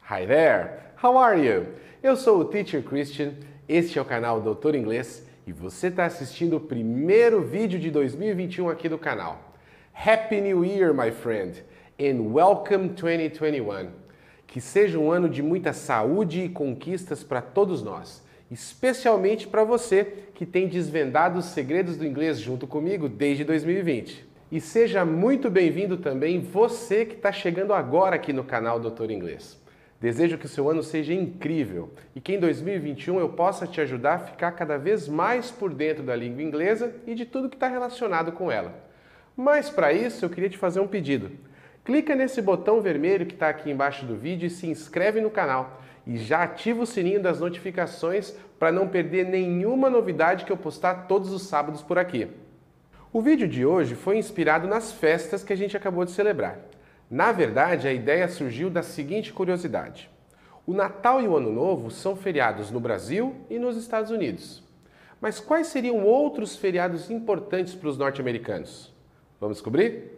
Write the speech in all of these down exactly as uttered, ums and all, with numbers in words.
Hi there! How are you? Eu sou o Teacher Christian, este é o canal Doutor Inglês e você está assistindo o primeiro vídeo de dois mil e vinte e um aqui do canal. Happy New Year, my friend, and welcome twenty twenty-one. Que seja um ano de muita saúde e conquistas para todos nós, especialmente para você que tem desvendado os segredos do inglês junto comigo desde dois mil e vinte. E seja muito bem-vindo também você que está chegando agora aqui no canal Doutor Inglês. Desejo que o seu ano seja incrível e que em dois mil e vinte e um eu possa te ajudar a ficar cada vez mais por dentro da língua inglesa e de tudo que está relacionado com ela. Mas para isso eu queria te fazer um pedido. Clica nesse botão vermelho que está aqui embaixo do vídeo e se inscreve no canal. E já ativa o sininho das notificações para não perder nenhuma novidade que eu postar todos os sábados por aqui. O vídeo de hoje foi inspirado nas festas que a gente acabou de celebrar. Na verdade, a ideia surgiu da seguinte curiosidade. O Natal e o Ano Novo são feriados no Brasil e nos Estados Unidos. Mas quais seriam outros feriados importantes para os norte-americanos? Vamos descobrir?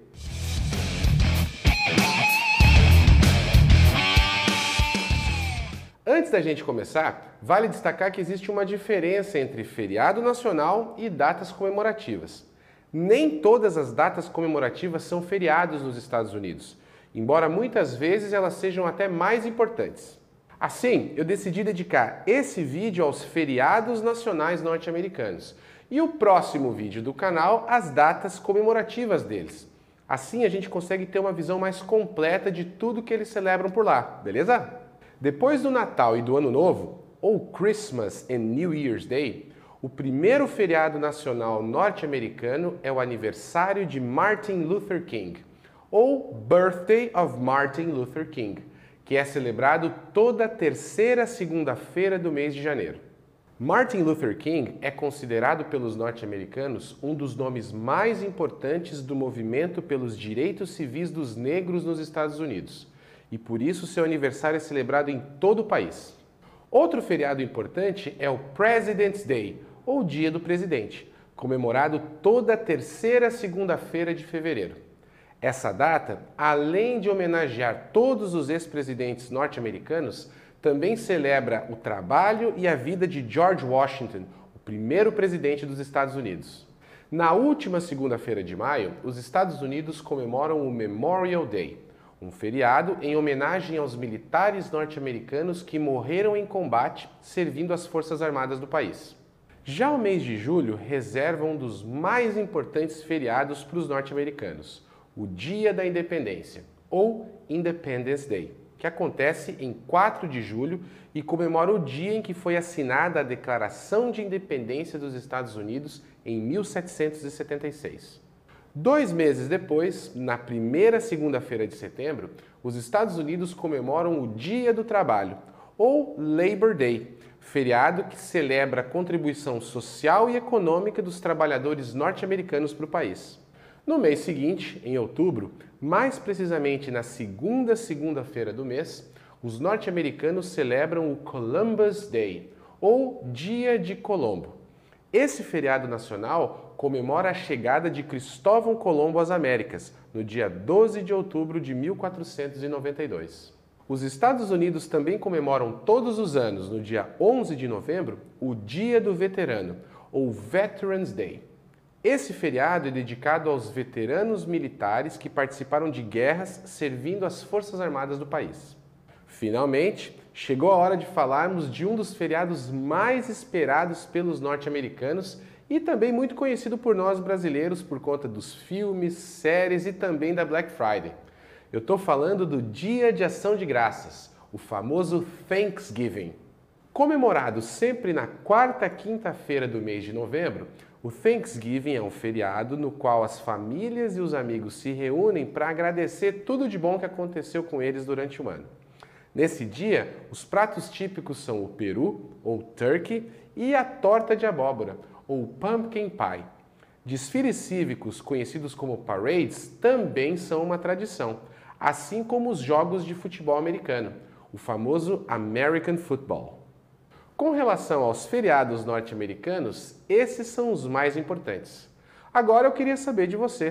Antes da gente começar, vale destacar que existe uma diferença entre feriado nacional e datas comemorativas. Nem todas as datas comemorativas são feriados nos Estados Unidos, embora muitas vezes elas sejam até mais importantes. Assim, eu decidi dedicar esse vídeo aos feriados nacionais norte-americanos e o próximo vídeo do canal às datas comemorativas deles. Assim a gente consegue ter uma visão mais completa de tudo que eles celebram por lá, beleza? Depois do Natal e do Ano Novo, ou Christmas and New Year's Day, o primeiro feriado nacional norte-americano é o aniversário de Martin Luther King, ou Birthday of Martin Luther King, que é celebrado toda terceira segunda-feira do mês de janeiro. Martin Luther King é considerado pelos norte-americanos um dos nomes mais importantes do movimento pelos direitos civis dos negros nos Estados Unidos, e por isso seu aniversário é celebrado em todo o país. Outro feriado importante é o President's Day, ou Dia do Presidente, comemorado toda terceira segunda-feira de fevereiro. Essa data, além de homenagear todos os ex-presidentes norte-americanos, também celebra o trabalho e a vida de George Washington, o primeiro presidente dos Estados Unidos. Na última segunda-feira de maio, os Estados Unidos comemoram o Memorial Day, um feriado em homenagem aos militares norte-americanos que morreram em combate servindo as Forças Armadas do país. Já o mês de julho reserva um dos mais importantes feriados para os norte-americanos, o Dia da Independência, ou Independence Day, que acontece em quatro de julho e comemora o dia em que foi assinada a Declaração de Independência dos Estados Unidos em mil setecentos e setenta e seis. Dois meses depois, na primeira segunda-feira de setembro, os Estados Unidos comemoram o Dia do Trabalho, ou Labor Day, feriado que celebra a contribuição social e econômica dos trabalhadores norte-americanos para o país. No mês seguinte, em outubro, mais precisamente na segunda segunda-feira do mês, os norte-americanos celebram o Columbus Day, ou Dia de Colombo. Esse feriado nacional comemora a chegada de Cristóvão Colombo às Américas, no dia doze de outubro de mil quatrocentos e noventa e dois. Os Estados Unidos também comemoram todos os anos, no dia onze de novembro, o Dia do Veterano, ou Veterans Day. Esse feriado é dedicado aos veteranos militares que participaram de guerras servindo as Forças Armadas do país. Finalmente, chegou a hora de falarmos de um dos feriados mais esperados pelos norte-americanos e também muito conhecido por nós brasileiros por conta dos filmes, séries e também da Black Friday. Eu estou falando do Dia de Ação de Graças, o famoso Thanksgiving. Comemorado sempre na quarta quinta-feira do mês de novembro, o Thanksgiving é um feriado no qual as famílias e os amigos se reúnem para agradecer tudo de bom que aconteceu com eles durante o ano. Nesse dia, os pratos típicos são o peru, ou turkey, e a torta de abóbora, ou pumpkin pie. Desfiles cívicos, conhecidos como parades, também são uma tradição, assim como os jogos de futebol americano, o famoso American Football. Com relação aos feriados norte-americanos, esses são os mais importantes. Agora eu queria saber de você.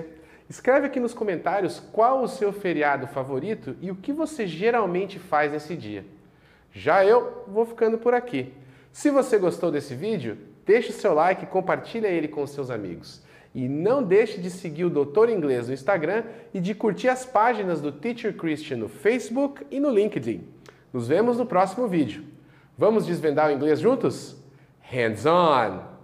Escreve aqui nos comentários qual o seu feriado favorito e o que você geralmente faz nesse dia. Já eu vou ficando por aqui. Se você gostou desse vídeo, deixe o seu like e compartilhe ele com seus amigos. E não deixe de seguir o Doutor Inglês no Instagram e de curtir as páginas do Teacher Christian no Facebook e no LinkedIn. Nos vemos no próximo vídeo. Vamos desvendar o inglês juntos? Hands on!